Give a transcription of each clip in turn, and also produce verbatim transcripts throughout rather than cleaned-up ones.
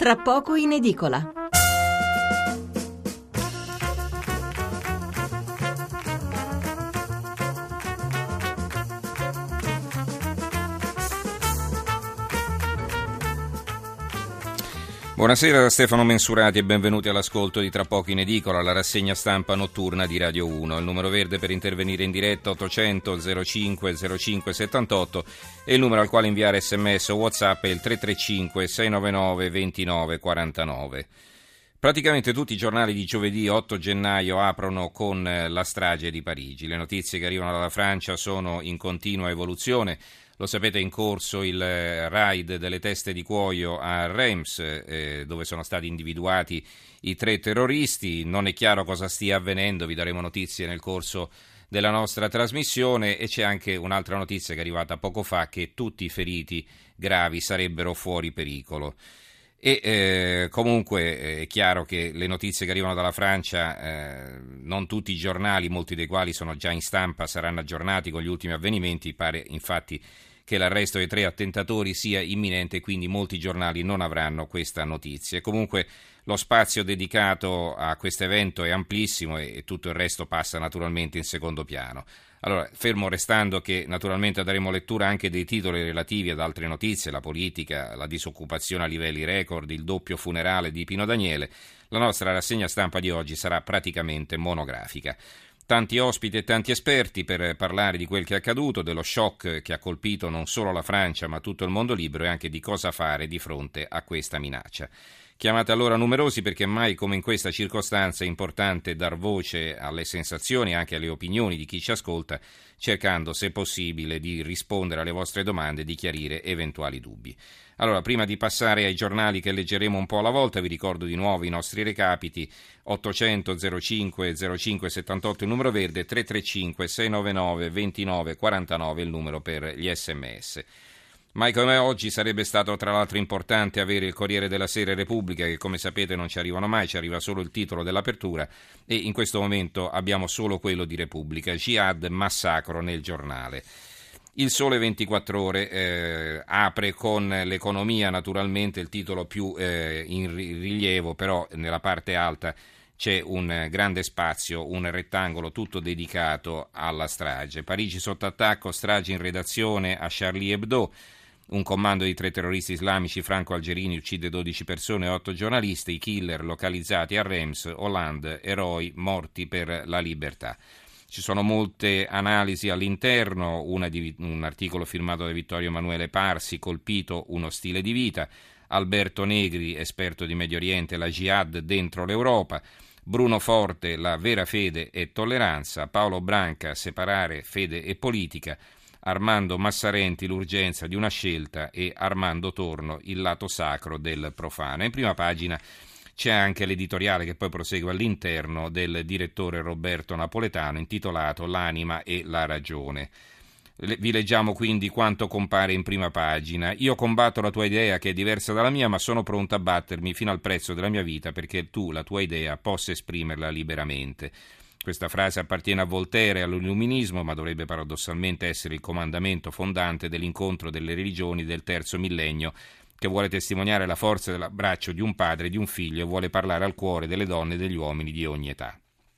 tra poco in edicola. Buonasera da Stefano Mensurati e benvenuti all'ascolto di Tra poco in edicola, la rassegna stampa notturna di Radio uno. Il numero verde per intervenire in diretta ottocento zero cinque zero cinque settantotto e il numero al quale inviare sms o WhatsApp è il tre tre cinque sei nove nove due nove quattro nove. Praticamente tutti i giornali di giovedì otto gennaio aprono con la strage di Parigi. Le notizie che arrivano dalla Francia sono in continua evoluzione. Lo sapete, è in corso il raid delle teste di cuoio a Reims, eh, dove sono stati individuati i tre terroristi. Non è chiaro cosa stia avvenendo, vi daremo notizie nel corso della nostra trasmissione, e c'è anche un'altra notizia che è arrivata poco fa, che tutti i feriti gravi sarebbero fuori pericolo. E eh, comunque è chiaro che le notizie che arrivano dalla Francia, eh, non tutti i giornali, molti dei quali sono già in stampa, saranno aggiornati con gli ultimi avvenimenti. Pare infatti che l'arresto dei tre attentatori sia imminente, quindi molti giornali non avranno questa notizia. E comunque lo spazio dedicato a questo evento è amplissimo e, e tutto il resto passa naturalmente in secondo piano. Allora, fermo restando che naturalmente daremo lettura anche dei titoli relativi ad altre notizie, la politica, la disoccupazione a livelli record, il doppio funerale di Pino Daniele, la nostra rassegna stampa di oggi sarà praticamente monografica. Tanti ospiti e tanti esperti per parlare di quel che è accaduto, dello shock che ha colpito non solo la Francia ma tutto il mondo libero, e anche di cosa fare di fronte a questa minaccia. Chiamate allora numerosi, perché mai come in questa circostanza è importante dar voce alle sensazioni e anche alle opinioni di chi ci ascolta, cercando se possibile di rispondere alle vostre domande e di chiarire eventuali dubbi. Allora, prima di passare ai giornali che leggeremo un po' alla volta, vi ricordo di nuovo i nostri recapiti: ottocento zero cinque zero cinque settantotto il numero verde, tre tre cinque sei nove nove due nove quattro nove il numero per gli sms. Mai come oggi sarebbe stato tra l'altro importante avere il Corriere della Sera e Repubblica, che come sapete non ci arrivano mai, ci arriva solo il titolo dell'apertura, e in questo momento abbiamo solo quello di Repubblica: Jihad, massacro nel giornale. Il Sole ventiquattro Ore eh, apre con l'economia, naturalmente il titolo più eh, in rilievo, però nella parte alta c'è un grande spazio, un rettangolo tutto dedicato alla strage. Parigi sotto attacco, strage in redazione a Charlie Hebdo. Un comando di tre terroristi islamici franco-algerini uccide dodici persone e otto giornalisti, i killer localizzati a Reims, Hollande, eroi morti per la libertà. Ci sono molte analisi all'interno, una di, un articolo firmato da Vittorio Emanuele Parsi, colpito uno stile di vita, Alberto Negri, esperto di Medio Oriente, la jihad dentro l'Europa, Bruno Forte, la vera fede e tolleranza, Paolo Branca, separare fede e politica, Armando Massarenti, l'urgenza di una scelta, e Armando Torno, il lato sacro del profano. In prima pagina c'è anche l'editoriale, che poi prosegue all'interno, del direttore Roberto Napoletano, intitolato L'anima e la ragione. Vi leggiamo quindi quanto compare in prima pagina. Io combatto la tua idea, che è diversa dalla mia, ma sono pronto a battermi fino al prezzo della mia vita perché tu, la tua idea, possa esprimerla liberamente. Questa frase appartiene a Voltaire e all'illuminismo, ma dovrebbe paradossalmente essere il comandamento fondante dell'incontro delle religioni del terzo millennio, che vuole testimoniare la forza dell'abbraccio di un padre e di un figlio e vuole parlare al cuore delle donne e degli uomini di ogni età.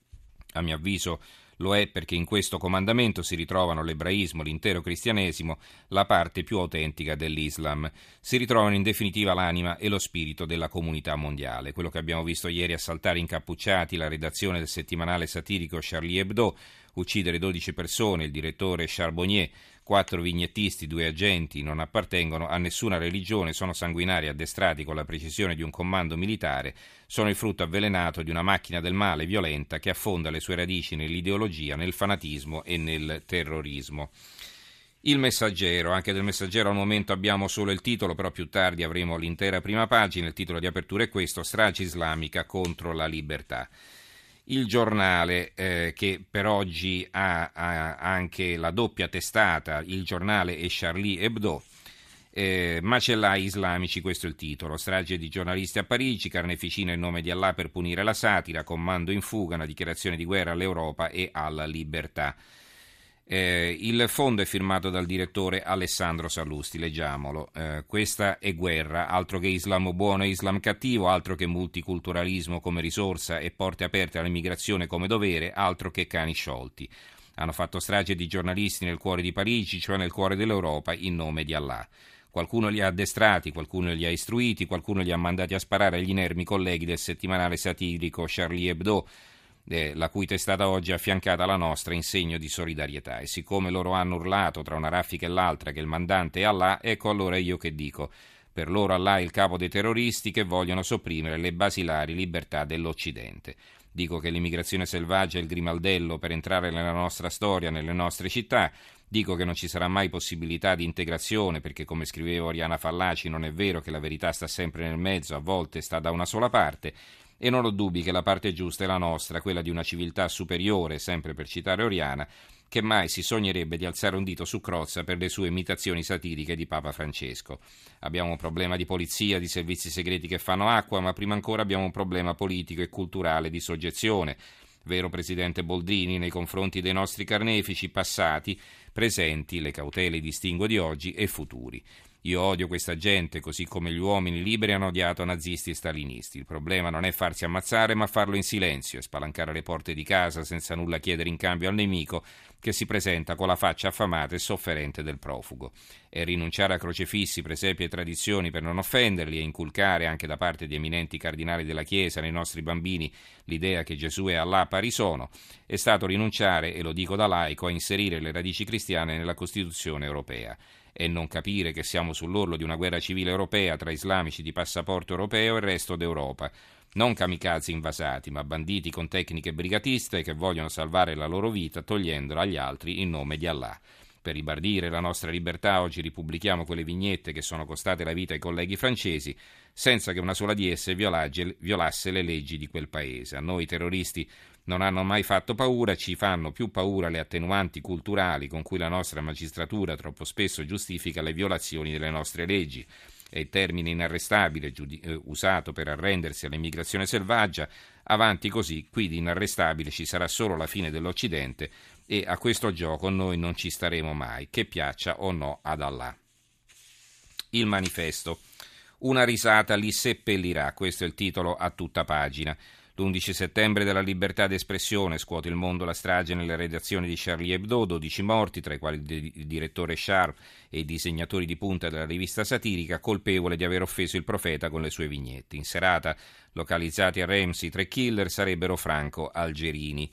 A mio avviso lo è, perché in questo comandamento si ritrovano l'ebraismo, l'intero cristianesimo, la parte più autentica dell'Islam. Si ritrovano in definitiva l'anima e lo spirito della comunità mondiale. Quello che abbiamo visto ieri assaltare incappucciati la redazione del settimanale satirico Charlie Hebdo, uccidere dodici persone, il direttore Charbonnier, quattro vignettisti, due agenti, non appartengono a nessuna religione, sono sanguinari addestrati con la precisione di un comando militare, sono il frutto avvelenato di una macchina del male violenta che affonda le sue radici nell'ideologia, nel fanatismo e nel terrorismo. Il Messaggero, anche del Messaggero al momento abbiamo solo il titolo, però più tardi avremo l'intera prima pagina. Il titolo di apertura è questo: strage islamica contro la libertà. Il Giornale, eh, che per oggi ha, ha anche la doppia testata, Il Giornale e Charlie Hebdo, eh, macellai islamici, questo è il titolo: strage di giornalisti a Parigi, carneficina in nome di Allah per punire la satira, comando in fuga, una dichiarazione di guerra all'Europa e alla libertà. Eh, il fondo è firmato dal direttore Alessandro Sallusti, leggiamolo. Eh, questa è guerra, altro che Islam buono e Islam cattivo, altro che multiculturalismo come risorsa e porte aperte all'immigrazione come dovere, altro che cani sciolti. Hanno fatto strage di giornalisti nel cuore di Parigi, cioè nel cuore dell'Europa, in nome di Allah. Qualcuno li ha addestrati, qualcuno li ha istruiti, qualcuno li ha mandati a sparare agli inermi colleghi del settimanale satirico Charlie Hebdo, Eh, la cui testata oggi è affiancata alla nostra in segno di solidarietà. E siccome loro hanno urlato tra una raffica e l'altra che il mandante è Allah, ecco allora io che dico: per loro Allah è il capo dei terroristi che vogliono sopprimere le basilari libertà dell'Occidente. Dico che l'immigrazione selvaggia è il grimaldello per entrare nella nostra storia, nelle nostre città. Dico che non ci sarà mai possibilità di integrazione perché, come scriveva Oriana Fallaci, non è vero che la verità sta sempre nel mezzo, a volte sta da una sola parte. E non ho dubbi che la parte giusta è la nostra, quella di una civiltà superiore, sempre per citare Oriana, che mai si sognerebbe di alzare un dito su Crozza per le sue imitazioni satiriche di Papa Francesco. Abbiamo un problema di polizia, di servizi segreti che fanno acqua, ma prima ancora abbiamo un problema politico e culturale di soggezione. Vero presidente Boldrini, nei confronti dei nostri carnefici passati, presenti, le cautele e i distinguo di oggi e futuri. Io odio questa gente, così come gli uomini liberi hanno odiato nazisti e stalinisti. Il problema non è farsi ammazzare, ma farlo in silenzio e spalancare le porte di casa senza nulla chiedere in cambio al nemico che si presenta con la faccia affamata e sofferente del profugo. È rinunciare a crocefissi, presepi e tradizioni per non offenderli e inculcare anche da parte di eminenti cardinali della Chiesa nei nostri bambini l'idea che Gesù e Allah pari sono. È stato rinunciare, e lo dico da laico, a inserire le radici cristiane nella Costituzione europea. E non capire che siamo sull'orlo di una guerra civile europea tra islamici di passaporto europeo e il resto d'Europa. Non kamikaze invasati, ma banditi con tecniche brigatiste che vogliono salvare la loro vita togliendola agli altri in nome di Allah. Per ribadire la nostra libertà oggi ripubblichiamo quelle vignette che sono costate la vita ai colleghi francesi, senza che una sola di esse violasse le leggi di quel paese. A noi terroristi non hanno mai fatto paura, ci fanno più paura le attenuanti culturali con cui la nostra magistratura troppo spesso giustifica le violazioni delle nostre leggi. È il termine inarrestabile giudi- eh, usato per arrendersi all'immigrazione selvaggia. Avanti così, qui di inarrestabile ci sarà solo la fine dell'Occidente e a questo gioco noi non ci staremo mai, che piaccia o no ad Allah. Il manifesto. Una risata li seppellirà, questo è il titolo a tutta pagina. L'undici settembre della libertà d'espressione, scuote il mondo la strage nelle redazioni di Charlie Hebdo, dodici morti, tra i quali il direttore Sharp e i disegnatori di punta della rivista satirica, colpevole di aver offeso il profeta con le sue vignette. In serata, localizzati a Reims, i tre killer sarebbero franco-algerini.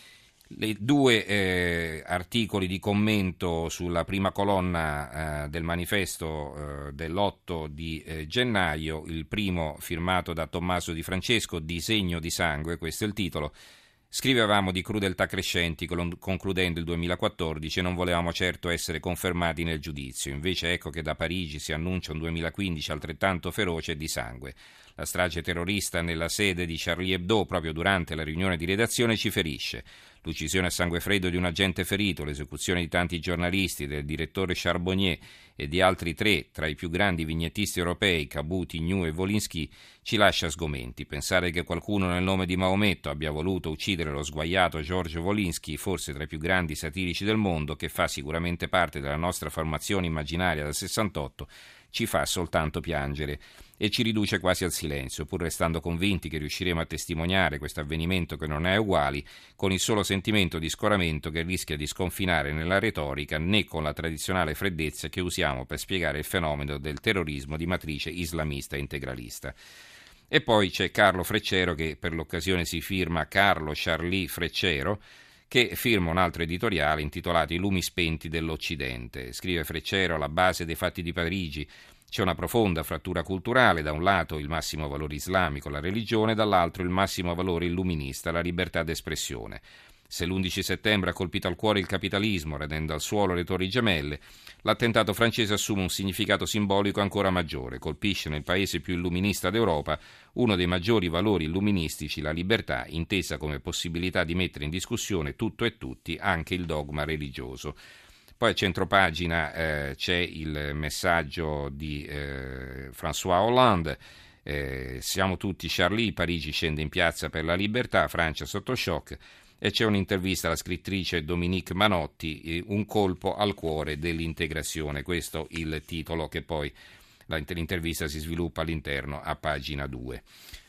Le due eh, articoli di commento sulla prima colonna eh, del manifesto eh, dell'otto di eh, gennaio, il primo firmato da Tommaso Di Francesco, Disegno di sangue, questo è il titolo. Scrivevamo di crudeltà crescenti concludendo il duemilaquattordici e non volevamo certo essere confermati nel giudizio. Invece ecco che da Parigi si annuncia un duemilaquindici altrettanto feroce e di sangue. La strage terrorista nella sede di Charlie Hebdo, proprio durante la riunione di redazione, ci ferisce. L'uccisione a sangue freddo di un agente ferito, l'esecuzione di tanti giornalisti, del direttore Charbonnier e di altri tre tra i più grandi vignettisti europei, Cabù, Tignoux e Volinsky, ci lascia sgomenti. Pensare che qualcuno nel nome di Maometto abbia voluto uccidere lo sguaiato Giorgio Volinsky, forse tra i più grandi satirici del mondo, che fa sicuramente parte della nostra formazione immaginaria dal sessantotto, ci fa soltanto piangere e ci riduce quasi al silenzio, pur restando convinti che riusciremo a testimoniare questo avvenimento che non è uguali, con il solo sentimento di scoramento che rischia di sconfinare nella retorica né con la tradizionale freddezza che usiamo per spiegare il fenomeno del terrorismo di matrice islamista e integralista. E poi c'è Carlo Freccero, che per l'occasione si firma Carlo Charlie Freccero, che firma un altro editoriale intitolato I lumi spenti dell'Occidente. Scrive Freccero: alla base dei fatti di Parigi c'è una profonda frattura culturale, da un lato il massimo valore islamico, la religione, dall'altro il massimo valore illuminista, la libertà d'espressione. Se l'undici settembre ha colpito al cuore il capitalismo, radendo al suolo le torri gemelle, l'attentato francese assume un significato simbolico ancora maggiore. Colpisce nel paese più illuminista d'Europa uno dei maggiori valori illuministici, la libertà, intesa come possibilità di mettere in discussione tutto e tutti, anche il dogma religioso. Poi a centropagina eh, c'è il messaggio di eh, François Hollande. Eh, siamo tutti Charlie, Parigi scende in piazza per la libertà, Francia sotto shock. e c'è un'intervista alla scrittrice Dominique Manotti, Un colpo al cuore dell'integrazione, questo il titolo che poi l'intervista si sviluppa all'interno a pagina due.